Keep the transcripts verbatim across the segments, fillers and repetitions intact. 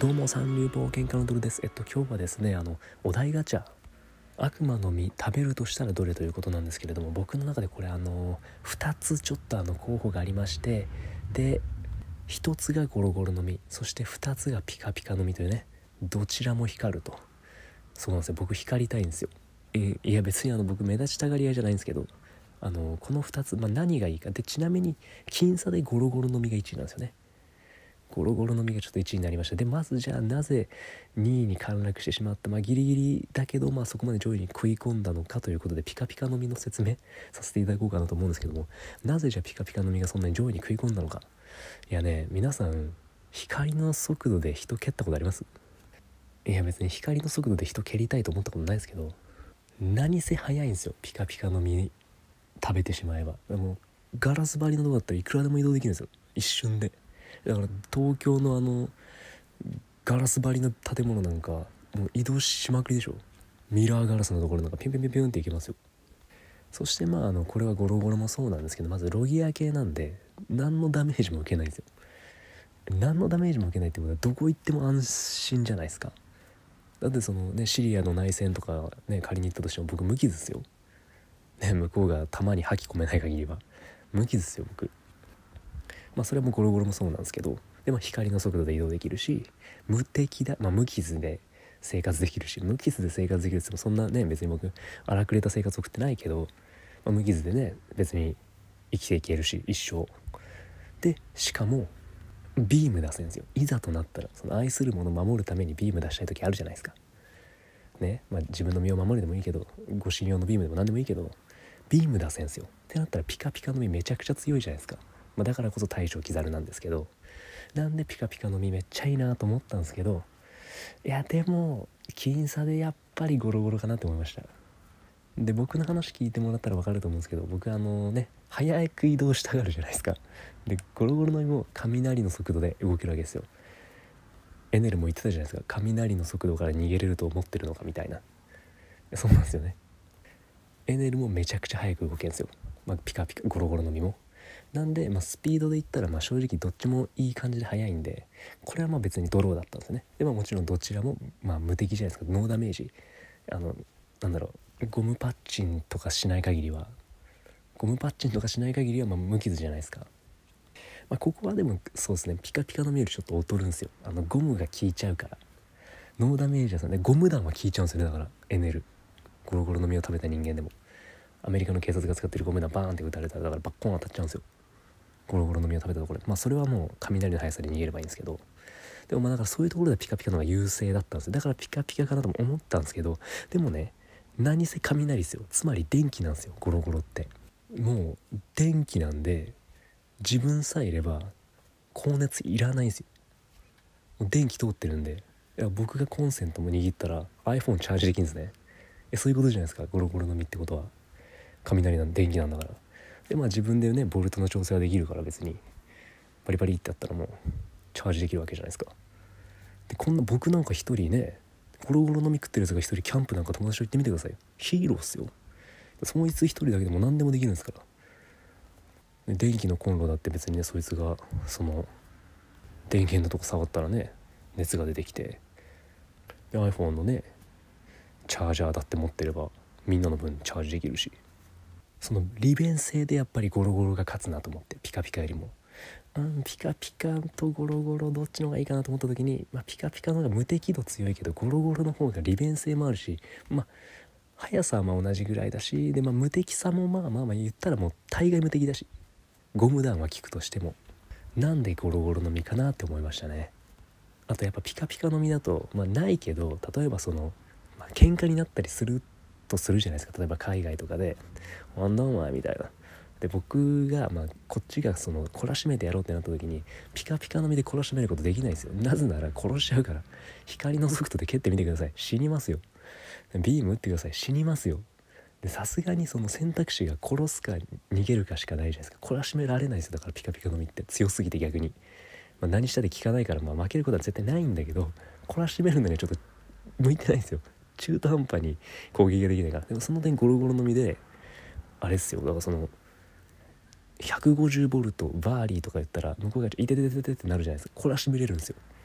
どうも三流冒険家のドルです。えっと今日はですねあのお題ガチャ悪魔の実食べるとしたらどれということなんですけれども、僕の中でこれあのふたつちょっとあの候補がありまして、でひとつがゴロゴロの実、そしてふたつがピカピカの実というね、どちらも光ると。そうなんですよ、僕光りたいんですよ。えいや別にあの僕目立ちたがり屋じゃないんですけど、あのこのふたつ、まあ、何がいいかで、ちなみに僅差でゴロゴロの実がいちいなんですよね。ゴロゴロの実がちょっといちいになりました。でまずじゃあなぜにいに陥落してしまった、まあギリギリだけど、まあそこまで上位に食い込んだのかということで、ピカピカの実の説明させていただこうかなと思うんですけども、なぜじゃあピカピカの実がそんなに上位に食い込んだのか。いやね、皆さん光の速度で人蹴ったことあります？いや別に光の速度で人蹴りたいと思ったことないですけど、何せ早いんですよ、ピカピカの実食べてしまえば。でもガラス張りのとこだったらいくらでも移動できるんですよ、一瞬で。だから東京のあのガラス張りの建物なんかもう移動しまくりでしょ。ミラーガラスのところなんかピュンピュンピュンピュンっていけますよ。そしてまああのこれはゴロゴロもそうなんですけど、まずロギア系なんで何のダメージも受けないんですよ。何のダメージも受けないってことはどこ行っても安心じゃないですか。だってそのねシリアの内戦とかね仮に行ったとしても僕無傷ですよ、ね、向こうが弾に吐き込めない限りは無傷ですよ僕。まあそれもゴロゴロもそうなんですけど、でも光の速度で移動できるし、無敵だ、まあ無傷で生活できるし、無傷で生活できるって言ってもそんなね別に僕荒くれた生活送ってないけど、まあ、無傷でね別に生きていけるし一生で、しかもビーム出せんですよ。いざとなったらその愛する者を守るためにビーム出したい時あるじゃないですかね。まあ自分の身を守るでもいいけど、護身用のビームでも何でもいいけど、ビーム出せんすよってなったらピカピカの実めちゃくちゃ強いじゃないですか。まあ、だからこそ大将キザルなんですけど、なんでピカピカの実めっちゃいいなと思ったんですけど、いやでも僅差でやっぱりゴロゴロかなって思いました。で僕の話聞いてもらったら分かると思うんですけど、僕あのね早く移動したがるじゃないですか。でゴロゴロの実も雷の速度で動けるわけですよ。エネルも言ってたじゃないですか、雷の速度から逃げれると思ってるのかみたいな。そうなんですよね。エネルもめちゃくちゃ速く動けるんですよ、まあ、ピカピカゴロゴロの実も。なんで、まあ、スピードで言ったらまあ正直どっちもいい感じで速いんで、これはまあ別にドローだったんですよね。で、まあ、もちろんどちらもまあ無敵じゃないですか。ノーダメージ、あのなんだろう、ゴムパッチンとかしない限りはゴムパッチンとかしない限りはまあ無傷じゃないですか。まあ、ここはでもそうですね、ピカピカの実よりちょっと劣るんですよ。あのゴムが効いちゃうから。ノーダメージはさね、ゴム弾は効いちゃうんですよね。だからエネルゴロゴロの実を食べた人間でもアメリカの警察が使ってるゴム弾バーンって撃たれたらだからバッコン当たっちゃうんですよ、ゴロゴロの実を食べたところで。まあそれはもう雷の速さで逃げればいいんですけど、でもまあだからそういうところでピカピカの方が優勢だったんですよ。だからピカピカかなとも思ったんですけど、でもね何せ雷ですよ。つまり電気なんですよ、ゴロゴロって。もう電気なんで自分さえいれば高熱いらないんですよ。もう電気通ってるんで、いや僕がコンセントも握ったら iPhone チャージできるんですね。えそういうことじゃないですか、ゴロゴロの実ってことは。雷なん電気なんだから。でまあ自分でねボルトの調整はできるから、別にバリバリってやったらもうチャージできるわけじゃないですか。でこんな僕なんか一人ねゴロゴロの実食ってるやつが一人キャンプなんか友達と行ってみてください。ヒーローっすよ。そいつ一人だけでも何でもできるんですから。で電気のコンロだって別にねそいつがその電源のとこ触ったらね熱が出てきて、で iPhone のねチャージャーだって持ってればみんなの分チャージできるし、その利便性でやっぱりゴロゴロが勝つなと思って、ピカピカよりも。うん、ピカピカとゴロゴロどっちの方がいいかなと思った時に、まあ、ピカピカの方が無敵度強いけどゴロゴロの方が利便性もあるし、まあ速さはまあ同じぐらいだし、で、まあ、無敵さもまあまあまあ言ったらもう大概無敵だし、ゴム弾は効くとしても、なんでゴロゴロの実かなって思いましたね。あとやっぱピカピカの実だと、まあないけど、例えばその、まあ、喧嘩になったりするとするじゃないですか。例えば海外とかで「なんだお前」みたいな。で僕が、まあ、こっちがその懲らしめてやろうってなった時にピカピカの実で懲らしめることできないですよ。なぜなら殺しちゃうから。光の速度で蹴ってみてください、死にますよ。ビーム打ってください、死にますよ。でさすがにその選択肢が殺すか逃げるかしかないじゃないですか。懲らしめられないですよ。だからピカピカの実って強すぎて逆に、まあ、何したで効かないから、まあ、負けることは絶対ないんだけど、懲らしめるのにはちょっと向いてないんですよ。中途半端に攻撃ができないから。でもその点ゴロゴロの実であれっすよ。だからそのひゃくごじゅうボルトバーリーとか言ったら向こうがいてててててってなるじゃないですか。懲らしめれるんですよ。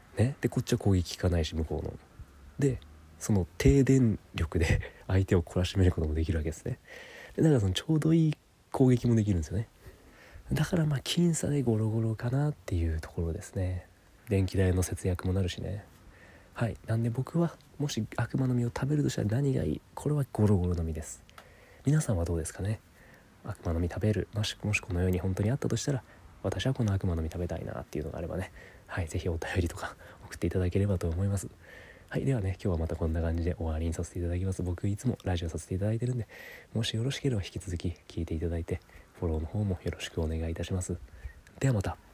ね、でこっちは攻撃効かないし向こうのでその低電力で相手を懲らしめることもできるわけですね。でだからそのちょうどいい攻撃もできるんですよね。だからまあ僅差でゴロゴロかなっていうところですね。電気代の節約もなるしね。はい、なんで僕はもし悪魔の実を食べるとしたら何がいい、これはゴロゴロの実です。皆さんはどうですかね。悪魔の実食べる、もしもしこの世に本当にあったとしたら、私はこの悪魔の実食べたいなっていうのがあればね、はい、ぜひお便りとか送っていただければと思います。はい、ではね、今日はまたこんな感じで終わりにさせていただきます。僕いつもラジオさせていただいてるんで、もしよろしければ引き続き聞いていただいて、フォローの方もよろしくお願いいたします。ではまた。